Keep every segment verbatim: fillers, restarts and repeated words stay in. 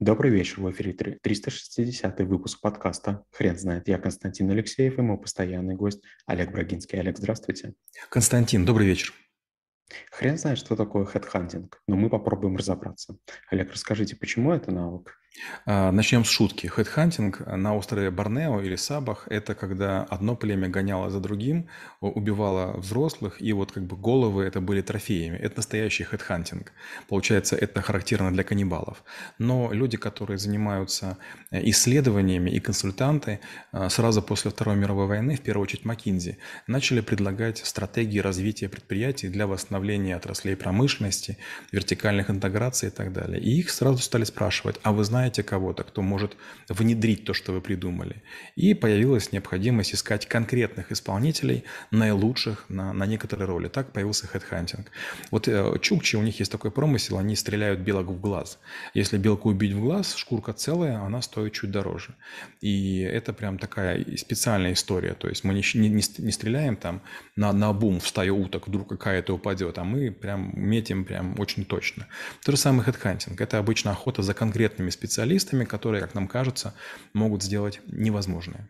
Добрый вечер, в эфире три- триста шестидесятый выпуск подкаста «Хрен знает». Я Константин Алексеев и мой постоянный гость Олег Брагинский. Олег, здравствуйте. Константин, добрый вечер. Хрен знает, что такое хедхантинг, но мы попробуем разобраться. Олег, расскажите, почему это навык? А, Начнем с шутки. Хедхантинг на острове Борнео или Сабах – это когда одно племя гоняло за другим, у- убивало взрослых, и вот как бы головы это были трофеями. Это настоящий хедхантинг. Получается, это характерно для каннибалов. Но люди, которые занимаются э, исследованиями и консультанты, э, сразу после Второй мировой войны, в первую очередь Маккинзи, начали предлагать стратегии развития предприятий для восстановления отраслей промышленности, вертикальных интеграций и так далее. И их сразу стали спрашивать: а вы знаете кого-то, кто может внедрить то, что вы придумали? И появилась необходимость искать конкретных исполнителей, наилучших на, на некоторые роли. Так появился хедхантинг. Вот э, чукчи, у них есть такой промысел, они стреляют белок в глаз. Если белку убить в глаз, шкурка целая, она стоит чуть дороже. И это прям такая специальная история. То есть мы не, не, не стреляем там на, на бум в стаю уток, вдруг какая-то упадет, а мы прям метим прям очень точно. То же самое хедхантинг. Это обычно охота за конкретными специалистами, которые, как нам кажется, могут сделать невозможное.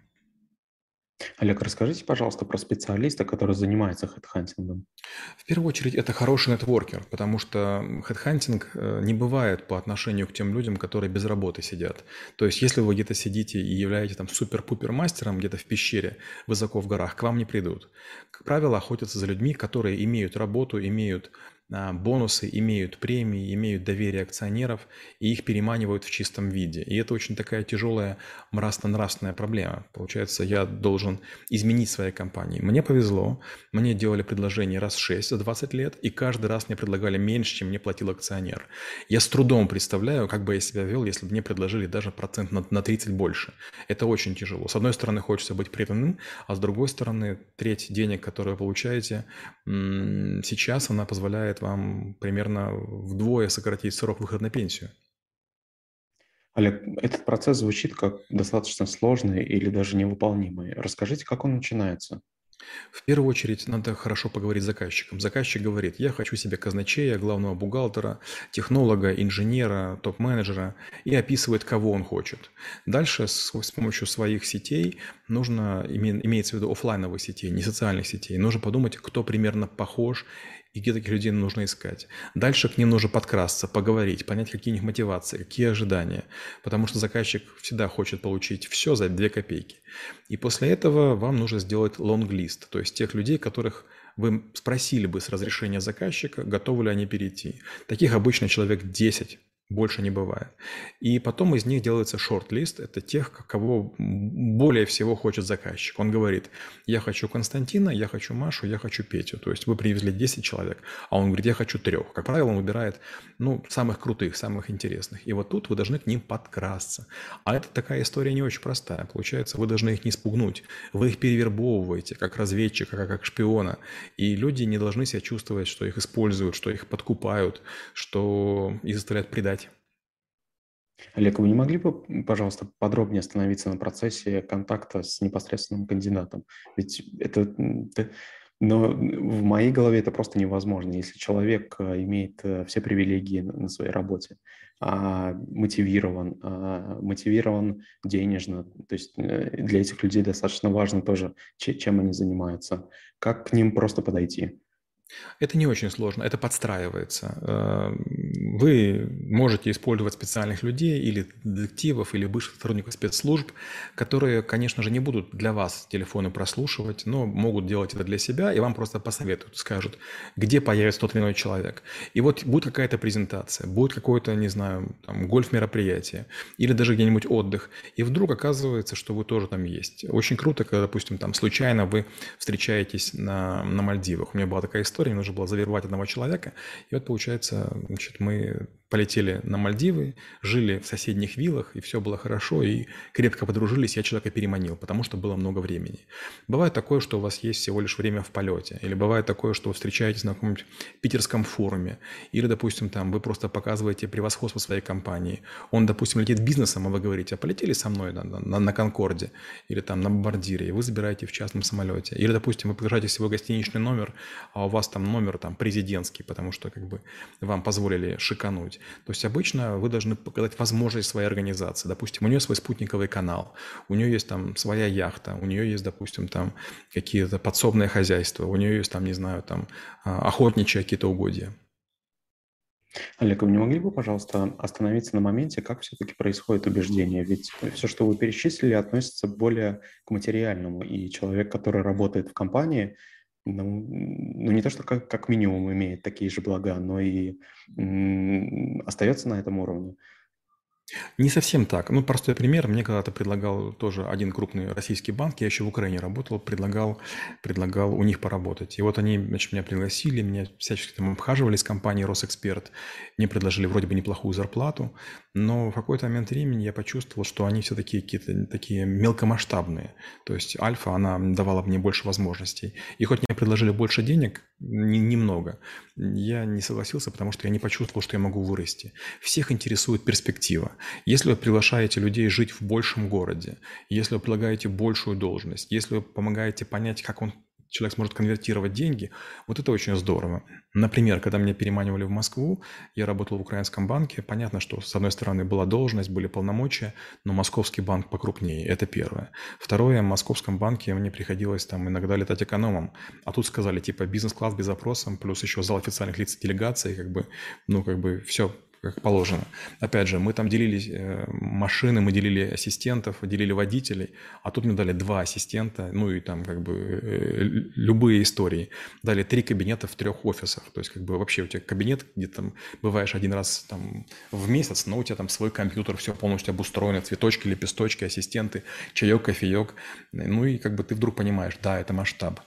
Олег, расскажите, пожалуйста, про специалиста, который занимается хедхантингом. В первую очередь, это хороший нетворкер, потому что хедхантинг э, не бывает по отношению к тем людям, которые без работы сидят. То есть, если вы где-то сидите и являетесь там супер-пупер мастером где-то в пещере, высоко в горах, к вам не придут. Как правило, охотятся за людьми, которые имеют работу, имеют а, бонусы, имеют премии, имеют доверие акционеров, и их переманивают в чистом виде. И это очень такая тяжелая мрачно-нравственная проблема. Получается, я должен изменить своей компании. Мне повезло, мне делали предложение раз шесть за двадцать лет, и каждый раз мне предлагали меньше, чем мне платил акционер. Я с трудом представляю, как бы я себя вел, если бы мне предложили даже процент на, на тридцать больше. Это очень тяжело. С одной стороны, хочется быть преданным, а с другой стороны, треть денег, которые вы получаете м, сейчас, она позволяет вам примерно вдвое сократить срок выхода на пенсию. Олег, этот процесс звучит как достаточно сложный или даже невыполнимый. Расскажите, как он начинается? В первую очередь надо хорошо поговорить с заказчиком. Заказчик говорит: я хочу себе казначея, главного бухгалтера, технолога, инженера, топ-менеджера, и описывает, кого он хочет. Дальше с, с помощью своих сетей нужно, име- имеется в виду оффлайновых сетей, не социальных сетей, нужно подумать, кто примерно похож и где таких людей нужно искать. Дальше к ним нужно подкрасться, поговорить, понять, какие у них мотивации, какие ожидания. Потому что заказчик всегда хочет получить все за две копейки. И после этого вам нужно сделать лонг-лист, то есть тех людей, которых вы спросили бы с разрешения заказчика, готовы ли они перейти. Таких обычно человек десять, больше не бывает. И потом из них делается шорт-лист, это тех, кого более всего хочет заказчик. Он говорит: я хочу Константина, я хочу Машу, я хочу Петю. То есть вы привезли десять человек, а он говорит: я хочу трех. Как правило, он выбирает ну, самых крутых, самых интересных. И вот тут вы должны к ним подкрасться. А это такая история не очень простая. Получается, вы должны их не спугнуть. Вы их перевербовываете как разведчика, как, как шпиона. И люди не должны себя чувствовать, что их используют, что их подкупают, что их заставляют предать. Олег, вы не могли бы, м, пожалуйста, подробнее остановиться на процессе контакта с непосредственным кандидатом? Ведь это, м, т- но в моей голове это просто невозможно, если человек э, имеет э, все привилегии на на своей работе, а, мотивирован, а, мотивирован денежно, то есть э, для этих людей достаточно важно тоже, че- чем они занимаются, как к ним просто подойти. Это не очень сложно, это подстраивается. Э, Вы можете использовать специальных людей или детективов, или бывших сотрудников спецслужб, которые, конечно же, не будут для вас телефоны прослушивать, но могут делать это для себя, и вам просто посоветуют, скажут, где появится тот или иной человек. И вот будет какая-то презентация, будет какое-то, не знаю, там, гольф-мероприятие, или даже где-нибудь отдых, и вдруг оказывается, что вы тоже там есть. Очень круто, когда, допустим, там случайно вы встречаетесь на, на Мальдивах. У меня была такая история, мне нужно было завербовать одного человека. И вот, получается, значит, мы полетели на Мальдивы, жили в соседних виллах, и все было хорошо, и крепко подружились, я человека переманил, потому что было много времени. Бывает такое, что у вас есть всего лишь время в полете, или бывает такое, что вы встречаетесь на каком-нибудь питерском форуме, или, допустим, там вы просто показываете превосходство своей компании. Он, допустим, летит бизнесом, а вы говорите: а полетели со мной на, на, на Конкорде или там на Бомбардире, и вы забираете в частном самолете. Или, допустим, вы приглашаете всего гостиничный номер, а у вас там номер там президентский, потому что как бы вам позволили шикануть. То есть обычно вы должны показать возможность своей организации. Допустим, у нее свой спутниковый канал, у нее есть там своя яхта, у нее есть, допустим, там какие-то подсобное хозяйство, у нее есть там, не знаю, там а, охотничьи какие-то угодья. Олег, вы не могли бы, пожалуйста, остановиться на моменте, как все-таки происходит убеждение? Ведь все, что вы перечислили, относится более к материальному, и человек, который работает в компании, ну, ну не то, что как, как минимум имеет такие же блага, но и м, остается на этом уровне. Не совсем так. Ну, простой пример. Мне когда-то предлагал тоже один крупный российский банк, я еще в Украине работал, предлагал, предлагал у них поработать. И вот они, значит, меня пригласили, меня всячески там обхаживали с компанией «Росэксперт». Мне предложили вроде бы неплохую зарплату, но в какой-то момент времени я почувствовал, что они все-таки какие-то такие мелкомасштабные. То есть Альфа, она давала мне больше возможностей. И хоть мне предложили больше денег, не- немного, я не согласился, потому что я не почувствовал, что я могу вырасти. Всех интересует перспектива. Если вы приглашаете людей жить в большем городе, если вы предлагаете большую должность, если вы помогаете понять, как он, человек сможет конвертировать деньги, вот это очень здорово. Например, когда меня переманивали в Москву, я работал в украинском банке, понятно, что с одной стороны была должность, были полномочия, но московский банк покрупнее, это первое. Второе, в московском банке мне приходилось там иногда летать экономом, а тут сказали, типа, бизнес-класс без опросом, плюс еще зал официальных лиц делегации, как бы, ну, как бы все как положено. Опять же, мы там делили э, машины, мы делили ассистентов, делили водителей, а тут мне дали два ассистента, ну и там как бы э, любые истории. Дали три кабинета в трех офисах. То есть как бы вообще у тебя кабинет, где там бываешь один раз там в месяц, но у тебя там свой компьютер, все полностью обустроено, цветочки, лепесточки, ассистенты, чаек, кофеек. Ну и как бы ты вдруг понимаешь, да, это масштаб.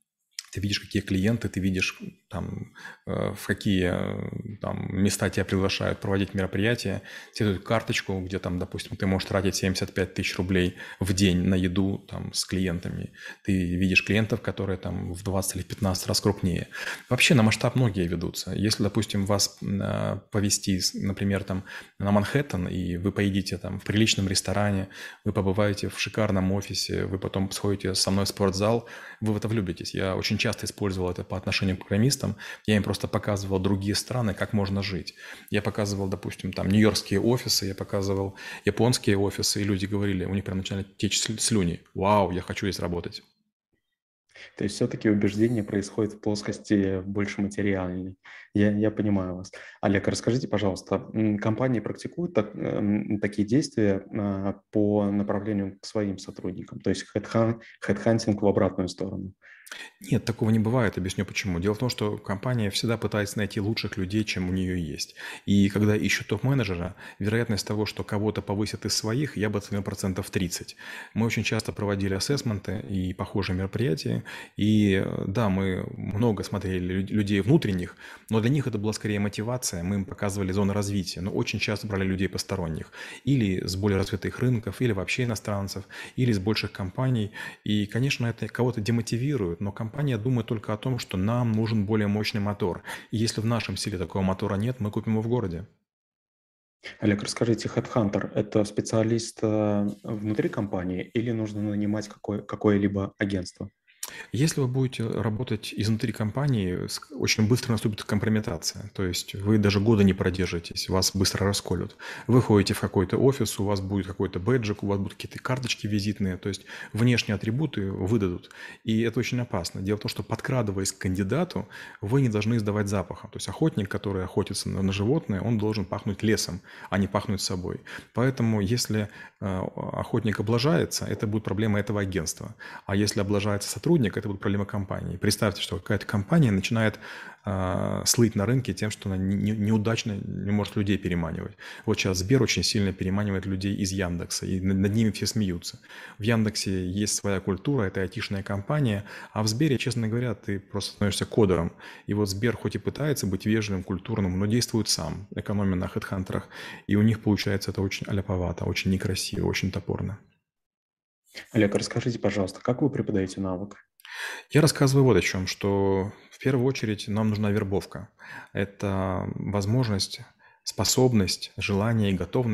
Ты видишь, какие клиенты, ты видишь, там, э, в какие э, там, места тебя приглашают проводить мероприятия. Тебе дают карточку, где там, допустим, ты можешь тратить семьдесят пять тысяч рублей в день на еду там, с клиентами. Ты видишь клиентов, которые там в двадцать или пятнадцать раз крупнее. Вообще на масштаб многие ведутся. Если, допустим, вас э, повезти, например, там, на Манхэттен, и вы поедите там, в приличном ресторане, вы побываете в шикарном офисе, вы потом сходите со мной в спортзал, вы в это влюбитесь. Я очень часто использовал это по отношению к программистам. Я им просто показывал другие страны, как можно жить. Я показывал, допустим, там нью-йоркские офисы, я показывал японские офисы, и люди говорили, у них прям начинали течь слюни. Вау, я хочу здесь работать. То есть все-таки убеждение происходит в плоскости больше материальной. Я, я понимаю вас. Олег, расскажите, пожалуйста, м, компании практикуют так- эм, такие действия а, по направлению к своим сотрудникам, то есть хедхан- хедхантинг в обратную сторону? Нет, такого не бывает. Объясню почему. Дело в том, что компания всегда пытается найти лучших людей, чем у нее есть. И когда ищут топ-менеджера, вероятность того, что кого-то повысят из своих, я бы оценил процентов тридцать. Мы очень часто проводили ассессменты и похожие мероприятия. И э, да, мы много смотрели лю- людей внутренних, но для них это была скорее мотивация. Мы им показывали зоны развития, но очень часто брали людей посторонних. Или с более развитых рынков, или вообще иностранцев, или с больших компаний. И, конечно, это кого-то демотивирует, но компания думает только о том, что нам нужен более мощный мотор. И если в нашем стиле такого мотора нет, мы купим его в городе. Олег, расскажите, HeadHunter– это специалист э, внутри компании или нужно нанимать какое- какое-либо агентство? Если вы будете работать изнутри компании, с- очень быстро наступит компрометация. То есть вы даже года не продержитесь, вас быстро расколют. Вы ходите в какой-то офис, у вас будет какой-то бэджик, у вас будут какие-то карточки визитные, то есть внешние атрибуты выдадут. И это очень опасно. Дело в том, что подкрадываясь к кандидату, вы не должны издавать запаха. То есть охотник, который охотится на, на животное, он должен пахнуть лесом, а не пахнуть собой. Поэтому если э, охотник облажается, это будет проблема этого агентства. А если облажается сотрудник, это будет проблема компании. Представьте, что какая-то компания начинает э, слыть на рынке тем, что она не- не- неудачно не может людей переманивать. Вот сейчас Сбер очень сильно переманивает людей из Яндекса, и над, над ними все смеются. В Яндексе есть своя культура, это айтишная компания, а в Сбере, честно говоря, ты просто становишься кодером. И вот Сбер хоть и пытается быть вежливым, культурным, но действует сам, экономя на хедхантерах, и у них получается это очень аляповато, очень некрасиво, очень топорно. Олег, расскажите, пожалуйста, как вы преподаете навык? Я рассказываю вот о чем, что в первую очередь нам нужна вербовка. Это возможность, способность, желание и готовность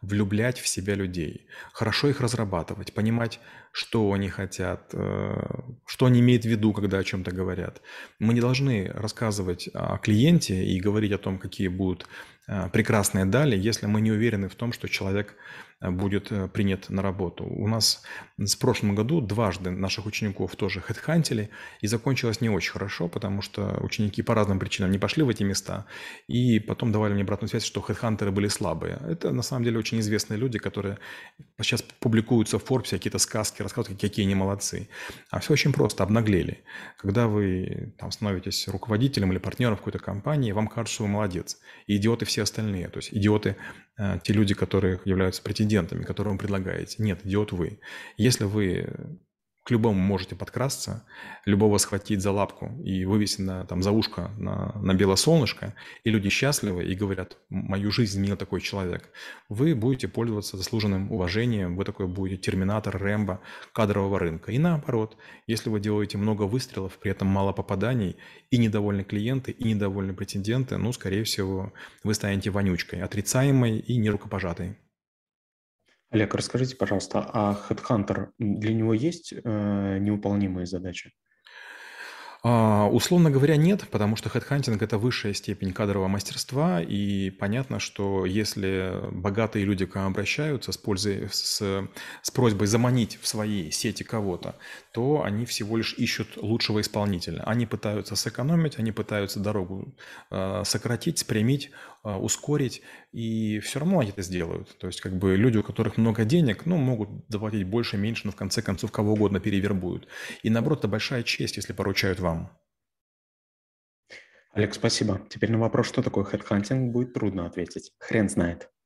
влюблять в себя людей, хорошо их разрабатывать, понимать, что они хотят, э, что они имеют в виду, когда о чем-то говорят. Мы не должны рассказывать о клиенте и говорить о том, какие будут э, прекрасные дали, если мы не уверены в том, что человек э, будет э, принят на работу. У нас в прошлом году дважды наших учеников тоже хедхантили, и закончилось не очень хорошо, потому что ученики по разным причинам не пошли в эти места, и потом давали мне обратную связь, что хедхантеры были слабые. Это на самом деле очень известные люди, которые сейчас публикуются в Форбсе, какие-то сказки, рассказывают, какие они молодцы. А все очень просто, обнаглели. Когда вы там становитесь руководителем или партнером в какой-то компании, вам кажется, что вы молодец. И идиоты все остальные. То есть идиоты э, те люди, которые являются претендентами, которые вы предлагаете. Нет, идиот вы. Если вы к любому можете подкрасться, любого схватить за лапку и вывести на, там, за ушко на, на белое солнышко, и люди счастливы и говорят, мою жизнь изменил такой человек, вы будете пользоваться заслуженным уважением, вы такой будете терминатор, Рэмбо кадрового рынка. И наоборот, если вы делаете много выстрелов, при этом мало попаданий, и недовольны клиенты, и недовольны претенденты, ну, скорее всего, вы станете вонючкой, отрицаемой и нерукопожатой. Олег, расскажите, пожалуйста, а HeadHunter, м, для него есть э, невыполнимые задачи? А, условно говоря, нет, потому что хедхантинг – это высшая степень кадрового мастерства, и понятно, что если богатые люди к вам обращаются с, пользой, с, с просьбой заманить в свои сети кого-то, то они всего лишь ищут лучшего исполнителя. Они пытаются сэкономить, они пытаются дорогу э, сократить, спрямить, э, ускорить, и все равно они это сделают. То есть как бы люди, у которых много денег, ну, могут заплатить больше, меньше, но в конце концов кого угодно перевербуют. И наоборот, это большая честь, если поручают вам. Олег, спасибо. Теперь на вопрос, что такое хедхантинг, будет трудно ответить. Хрен знает.